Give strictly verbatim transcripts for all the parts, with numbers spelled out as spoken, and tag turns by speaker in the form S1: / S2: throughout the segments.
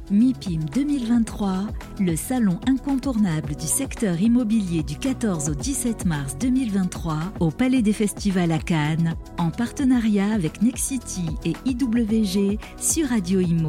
S1: MIPIM deux mille vingt-trois, le salon incontournable du secteur immobilier du quatorze au dix-sept mars deux mille vingt-trois au Palais des Festivals à Cannes, en partenariat avec Nexity et I W G sur Radio Imo.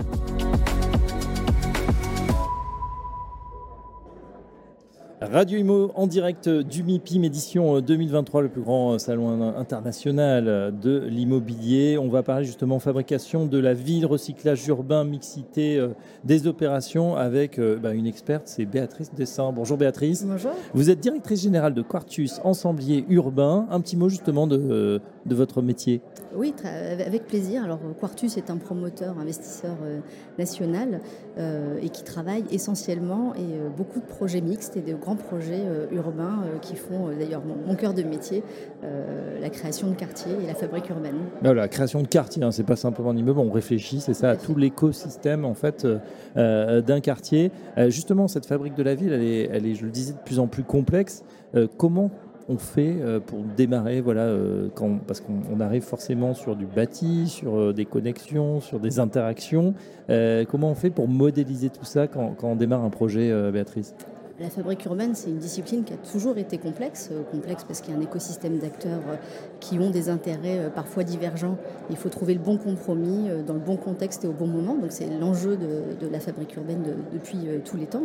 S2: Radio Imo en direct du MIPIM édition deux mille vingt-trois, le plus grand salon international de l'immobilier. On va parler justement fabrication de la ville, recyclage urbain, mixité euh, des opérations avec euh, bah, une experte, c'est Béatrice Dessin. Bonjour Béatrice.
S3: Bonjour.
S2: Vous êtes directrice générale de Quartus, ensemblier urbain. Un petit mot justement de, de votre métier.
S3: Oui, tra- avec plaisir. Alors Quartus est un promoteur, investisseur euh, national euh, et qui travaille essentiellement et euh, beaucoup de projets mixtes et de grands projets euh, urbains euh, qui font euh, d'ailleurs mon, mon cœur de métier, euh, la création de quartiers et la fabrique urbaine.
S2: Ben voilà, la création de quartier, hein, c'est pas simplement un immeuble, on réfléchit, c'est ça, à tout l'écosystème en fait euh, d'un quartier. Euh, justement, cette fabrique de la ville, elle est, elle est, je le disais, de plus en plus complexe. Euh, comment on fait euh, pour démarrer, voilà, euh, quand, parce qu'on on arrive forcément sur du bâti, sur euh, des connexions, sur des interactions. Euh, comment on fait pour modéliser tout ça quand, quand on démarre un projet, euh, Béatrice ?
S3: La fabrique urbaine, c'est une discipline qui a toujours été complexe, euh, complexe parce qu'il y a un écosystème d'acteurs euh, qui ont des intérêts euh, parfois divergents. Il faut trouver le bon compromis euh, dans le bon contexte et au bon moment. Donc c'est l'enjeu de, de la fabrique urbaine de, depuis euh, tous les temps.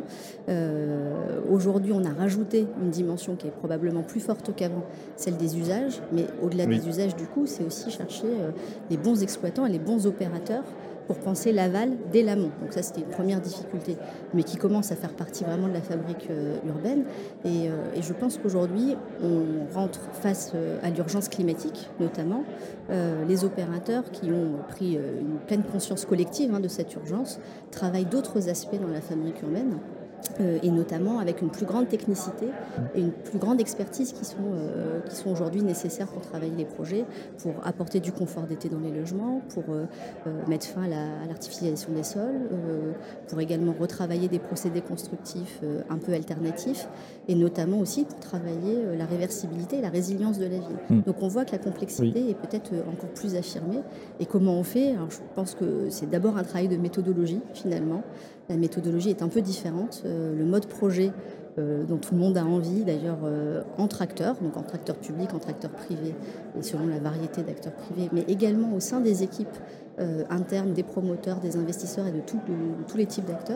S3: Euh, aujourd'hui, on a rajouté une dimension qui est probablement plus forte qu'avant, celle des usages. Mais au-delà
S2: Oui.
S3: des usages, du coup, c'est aussi chercher euh, les bons exploitants et les bons opérateurs pour penser l'aval dès l'amont. Donc ça, c'était une première difficulté, mais qui commence à faire partie vraiment de la fabrique euh, urbaine. Et, euh, et je pense qu'aujourd'hui, on rentre face euh, à l'urgence climatique, notamment. Euh, les opérateurs qui ont pris euh, une pleine conscience collective hein, de cette urgence travaillent d'autres aspects dans la fabrique urbaine. Euh, et notamment avec une plus grande technicité et une plus grande expertise qui sont, euh, qui sont aujourd'hui nécessaires pour travailler les projets, pour apporter du confort d'été dans les logements, pour euh, euh, mettre fin à, la, à l'artificialisation des sols, euh, pour également retravailler des procédés constructifs euh, un peu alternatifs, et notamment aussi pour travailler euh, la réversibilité et la résilience de la ville. Mmh. Donc on voit que la complexité oui. est peut-être encore plus affirmée. Et comment on fait ? Alors, je pense que c'est d'abord un travail de méthodologie, finalement. La méthodologie est un peu différente. Euh, le mode projet euh, dont tout le monde a envie, d'ailleurs, euh, entre acteurs, donc entre acteurs publics, entre acteurs privés, et selon la variété d'acteurs privés, mais également au sein des équipes euh, internes, des promoteurs, des investisseurs et de, tout, de, de tous les types d'acteurs,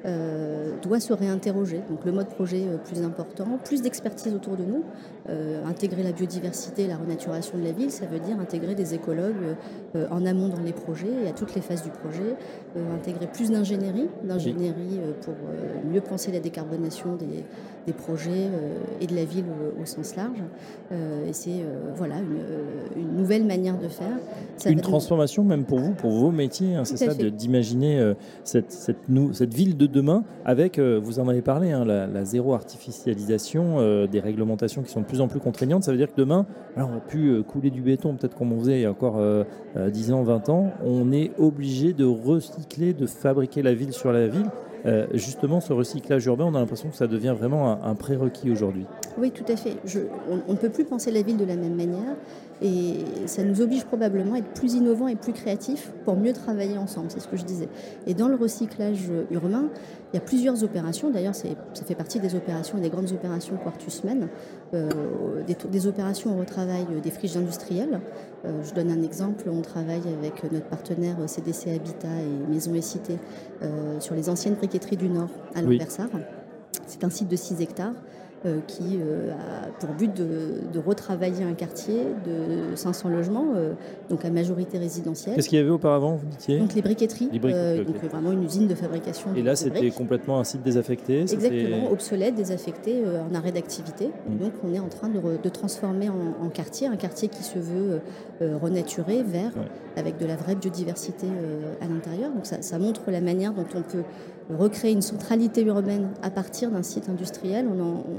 S3: euh, doit se réinterroger. Donc le mode projet euh, plus important, plus d'expertise autour de nous, euh, intégrer la biodiversité et la renaturation de la ville, ça veut dire intégrer des écologues euh, en amont dans les projets et à toutes les phases du projet, euh, intégrer plus d'ingénierie, d'ingénierie euh, pour euh, mieux penser la décarbonation des, des projets euh, et de la ville au, au sens large. Euh, et c'est euh, voilà, une, une nouvelle manière de faire. Ça
S2: une transformation nous... même pour vous, pour vos métiers, hein, c'est ça, de, d'imaginer euh, cette, cette, nou- cette ville de demain avec, euh, vous en avez parlé, hein, la, la zéro artificialisation, euh, des réglementations qui sont de plus en plus contraignantes. Ça veut dire que demain, alors on a pu euh, couler du béton, peut-être comme on faisait il y a encore euh, euh, dix ans, vingt ans, on est obligé de recycler, de fabriquer la ville sur la ville. Euh, justement, ce recyclage urbain, on a l'impression que ça devient vraiment un, un prérequis aujourd'hui.
S3: Oui, tout à fait. Je, on, on ne peut plus penser la ville de la même manière et ça nous oblige probablement à être plus innovants et plus créatifs pour mieux travailler ensemble, c'est ce que je disais. Et dans le recyclage urbain, il y a plusieurs opérations. D'ailleurs, c'est, ça fait partie des opérations et des grandes opérations Quartus mène. Euh, des, des opérations où on retravaille des friches industrielles. Euh, je donne un exemple. On travaille avec notre partenaire C D C Habitat et Maison et Cité euh, sur les anciennes briqueteries du Nord à Lambersart. Oui. C'est un site de six hectares. Euh, qui euh, a pour but de, de retravailler un quartier de cinq cents logements, euh, donc à majorité résidentielle.
S2: Qu'est-ce qu'il y avait auparavant, vous disiez ?
S3: Donc les briqueteries,
S2: les briques,
S3: euh,
S2: okay.
S3: donc vraiment une usine de fabrication.
S2: Et là,
S3: de
S2: c'était
S3: briques.
S2: complètement un site désaffecté.
S3: Exactement,
S2: c'était...
S3: obsolète, désaffecté, euh, en arrêt d'activité. Mmh. Donc on est en train de, re, de transformer en, en quartier, un quartier qui se veut euh, renaturé, vert, ouais. avec de la vraie biodiversité euh, à l'intérieur. Donc ça, ça montre la manière dont on peut recréer une centralité urbaine à partir d'un site industriel. On en, on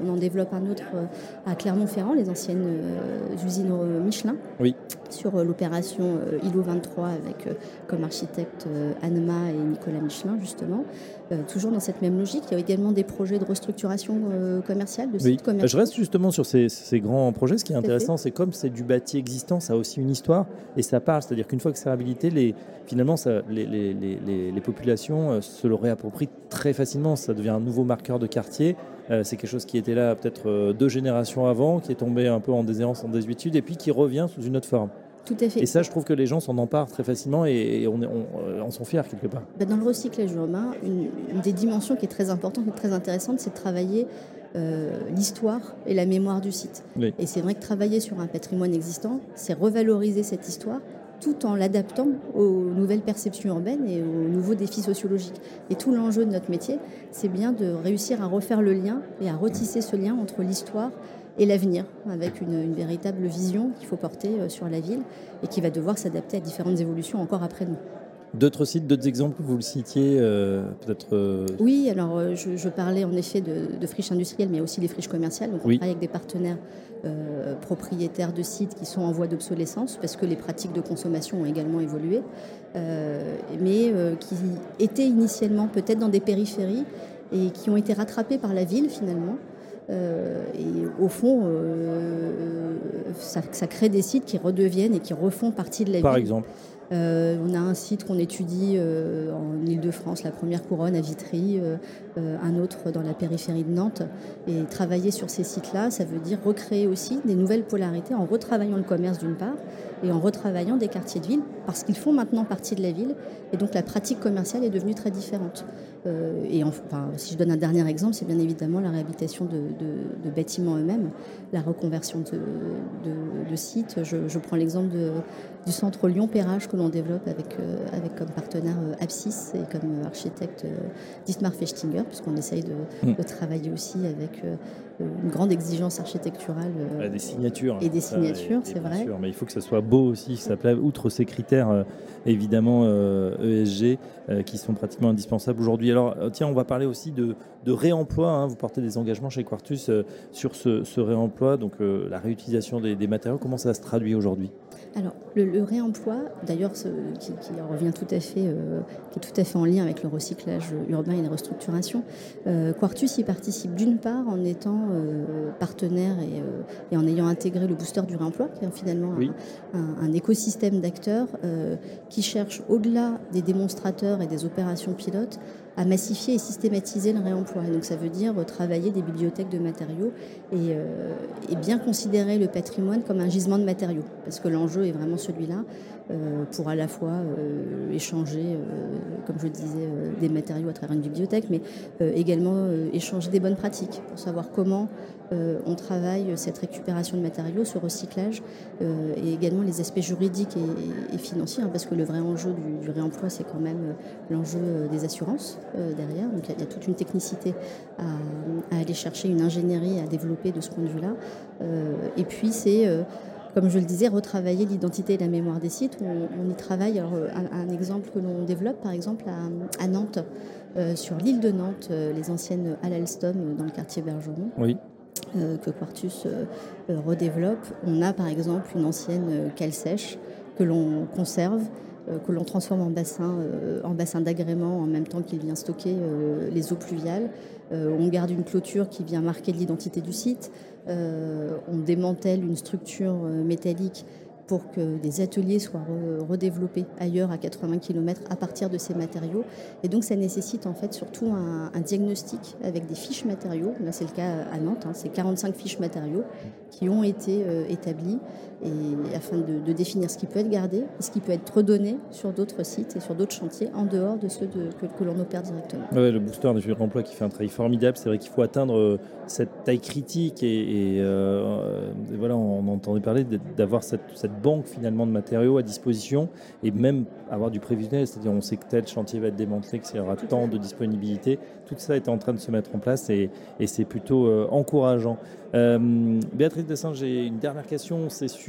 S3: en développe un autre à Clermont-Ferrand, les anciennes usines Michelin,
S2: oui.
S3: sur l'opération I L O vingt-trois avec comme architecte Anema et Nicolas Michelin, justement. Euh, toujours dans cette même logique, il y a également des projets de restructuration euh, commerciale, de sites
S2: oui.
S3: commerciaux.
S2: Je reste justement sur ces, ces grands projets. Ce qui est intéressant, c'est comme c'est du bâti existant, ça a aussi une histoire et ça parle. C'est-à-dire qu'une fois que c'est réhabilité, les, finalement, ça, les, les, les, les populations euh, se le réapproprient très facilement. Ça devient un nouveau marqueur de quartier. Euh, c'est quelque chose qui était là peut-être euh, deux générations avant, qui est tombé un peu en déshérence, en désuétude, et puis qui revient sous une autre forme.
S3: Tout à fait.
S2: Et ça, je trouve que les gens s'en emparent très facilement et on, on, on sont fiers quelque part.
S3: Dans le recyclage urbain, une, une des dimensions qui est très importante et très intéressante, c'est de travailler euh, l'histoire et la mémoire du site.
S2: Oui.
S3: Et c'est vrai que travailler sur un patrimoine existant, c'est revaloriser cette histoire tout en l'adaptant aux nouvelles perceptions urbaines et aux nouveaux défis sociologiques. Et tout l'enjeu de notre métier, c'est bien de réussir à refaire le lien et à retisser ce lien entre l'histoire et l'avenir, avec une, une véritable vision qu'il faut porter sur la ville et qui va devoir s'adapter à différentes évolutions encore après nous.
S2: D'autres sites, d'autres exemples, vous le citiez euh, peut-être euh...
S3: Oui, alors euh, je, je parlais en effet de, de friches industrielles, mais aussi des friches commerciales. Donc on
S2: oui.
S3: travaille avec des partenaires euh, propriétaires de sites qui sont en voie d'obsolescence parce que les pratiques de consommation ont également évolué, euh, mais euh, qui étaient initialement peut-être dans des périphéries et qui ont été rattrapés par la ville finalement. Euh, et au fond, euh, ça, ça crée des sites qui redeviennent et qui refont partie de la
S2: Par
S3: ville.
S2: Par exemple
S3: Euh, on a un site qu'on étudie euh, en Ile-de-France, la première couronne à Vitry, euh, euh, un autre dans la périphérie de Nantes. Et travailler sur ces sites-là, ça veut dire recréer aussi des nouvelles polarités en retravaillant le commerce d'une part et en retravaillant des quartiers de ville parce qu'ils font maintenant partie de la ville et donc la pratique commerciale est devenue très différente. Euh, et enfin, si je donne un dernier exemple, c'est bien évidemment la réhabilitation de, de, de bâtiments eux-mêmes, la reconversion de, de, de sites. Je, je prends l'exemple de, du centre Lyon-Perrage que l'on développe avec, euh, avec comme partenaire euh, Apsis et comme architecte euh, Dietmar Fechtinger, puisqu'on essaye de, mmh. de travailler aussi avec euh, une grande exigence architecturale. Euh,
S2: des signatures.
S3: Et des signatures, ça, c'est vrai.
S2: Sûr, mais il faut que ça soit beau aussi, que ça plaise, outre ces critères euh, évidemment euh, E S G euh, qui sont pratiquement indispensables aujourd'hui. Alors tiens, on va parler aussi de, de réemploi. Hein. Vous portez des engagements chez Quartus euh, sur ce, ce réemploi, donc euh, la réutilisation des, des matériaux. Comment ça se traduit aujourd'hui ?
S3: Alors, le, le réemploi, d'ailleurs, ce, qui, qui revient tout à fait, euh, qui est tout à fait en lien avec le recyclage urbain et la restructuration. Euh, Quartus y participe d'une part en étant euh, partenaire et, euh, et en ayant intégré le booster du réemploi, qui est finalement
S2: oui.
S3: un, un, un écosystème d'acteurs euh, qui cherche, au-delà des démonstrateurs et des opérations pilotes, à massifier et systématiser le réemploi. Et donc ça veut dire travailler des bibliothèques de matériaux et, euh, et bien considérer le patrimoine comme un gisement de matériaux, parce que l'enjeu est vraiment celui-là, euh, pour à la fois euh, échanger, euh, comme je le disais, euh, des matériaux à travers une bibliothèque, mais euh, également euh, échanger des bonnes pratiques pour savoir comment euh, on travaille cette récupération de matériaux, ce recyclage, euh, et également les aspects juridiques et, et financiers, hein, parce que le vrai enjeu du, du réemploi, c'est quand même l'enjeu des assurances euh, derrière. Donc il y, y a toute une technicité à, à aller chercher, une ingénierie à développer de ce point de vue-là. Euh, et puis c'est euh, comme je le disais, retravailler l'identité et la mémoire des sites. On, on y travaille. Alors, un, un exemple que l'on développe, par exemple, à, à Nantes, euh, sur l'île de Nantes, euh, les anciennes halles Alstom euh, dans le quartier Bergeron,
S2: oui.
S3: euh, que Quartus euh, euh, redéveloppe. On a, par exemple, une ancienne euh, cale sèche que l'on conserve, euh, que l'on transforme en bassin, euh, en bassin d'agrément en même temps qu'il vient stocker euh, les eaux pluviales. Euh, on garde une clôture qui vient marquer l'identité du site. Euh, on démantèle une structure euh, métallique pour que des ateliers soient re- redéveloppés ailleurs à quatre-vingts kilomètres à partir de ces matériaux. Et donc ça nécessite en fait surtout un, un diagnostic avec des fiches matériaux. Là c'est le cas à Nantes, hein, c'est quarante-cinq fiches matériaux qui ont été euh, établies et, afin de, de définir ce qui peut être gardé et ce qui peut être redonné sur d'autres sites et sur d'autres chantiers en dehors de ceux de, que, que l'on opère directement.
S2: Ouais, le booster de réemploi qui fait un travail formidable. C'est vrai qu'il faut atteindre euh, cette taille critique et, et, euh, et voilà, on entendait parler d'avoir cette, cette banque finalement de matériaux à disposition et même avoir du prévisionnel, c'est-à-dire on sait que tel chantier va être démantelé, qu'il y aura tant de disponibilité. Tout ça est en train de se mettre en place et, et c'est plutôt euh, encourageant. Euh, Béatrice Dessin, j'ai une dernière question, c'est sur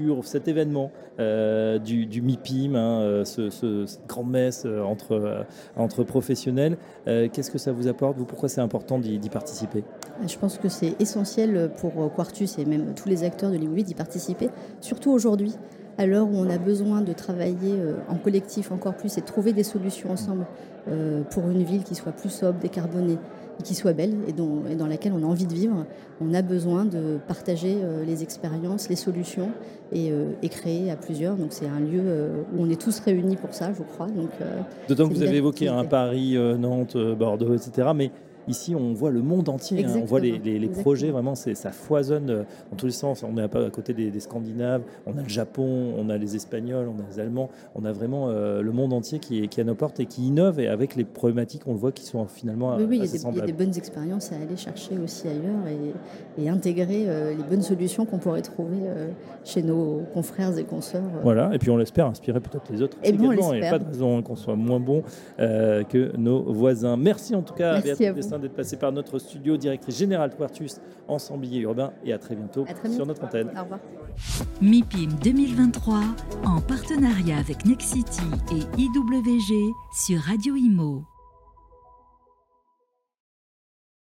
S2: sur cet événement euh, du, du MIPIM, hein, ce, ce, cette grande messe entre, euh, entre professionnels. Euh, qu'est-ce que ça vous apporte, vous? Pourquoi c'est important d'y, d'y participer?
S3: Je pense que c'est essentiel pour Quartus et même tous les acteurs de l'immobilier d'y participer, surtout aujourd'hui, à l'heure où on a besoin de travailler en collectif encore plus et de trouver des solutions ensemble pour une ville qui soit plus sobre, décarbonée, et qui soit belle et, dont, et dans laquelle on a envie de vivre. On a besoin de partager les expériences, les solutions et, et créer à plusieurs. Donc c'est un lieu où on est tous réunis pour ça, je crois. Donc,
S2: D'autant que vous avez évoqué un Paris, Nantes, Bordeaux, et cetera. Mais ici, on voit le monde entier, hein. On voit les, les, les projets, vraiment, c'est, ça foisonne dans tous les sens. On est à côté des, des Scandinaves, on a le Japon, on a les Espagnols, on a les Allemands, on a vraiment euh, le monde entier qui est, qui est à nos portes et qui innove, et avec les problématiques, on le voit, qui sont finalement
S3: oui, oui,
S2: assez
S3: semblables. Il y a des bonnes expériences à aller chercher aussi ailleurs et, et intégrer euh, les bonnes solutions qu'on pourrait trouver euh, chez nos confrères et consoeurs. Euh.
S2: Voilà, et puis on l'espère inspirer peut-être les autres
S3: et
S2: également.
S3: Bon,
S2: il n'y a pas de raison qu'on soit moins bon euh, que nos voisins. Merci en tout cas à Béatrice Destin d'être passée par notre studio, directrice générale de Quartus Ensemblier Urbain, et à très bientôt
S3: à très sur
S2: notre antenne.
S3: Au revoir.
S1: MIPIM deux mille vingt-trois en partenariat avec Nexity et I W G sur Radio Imo.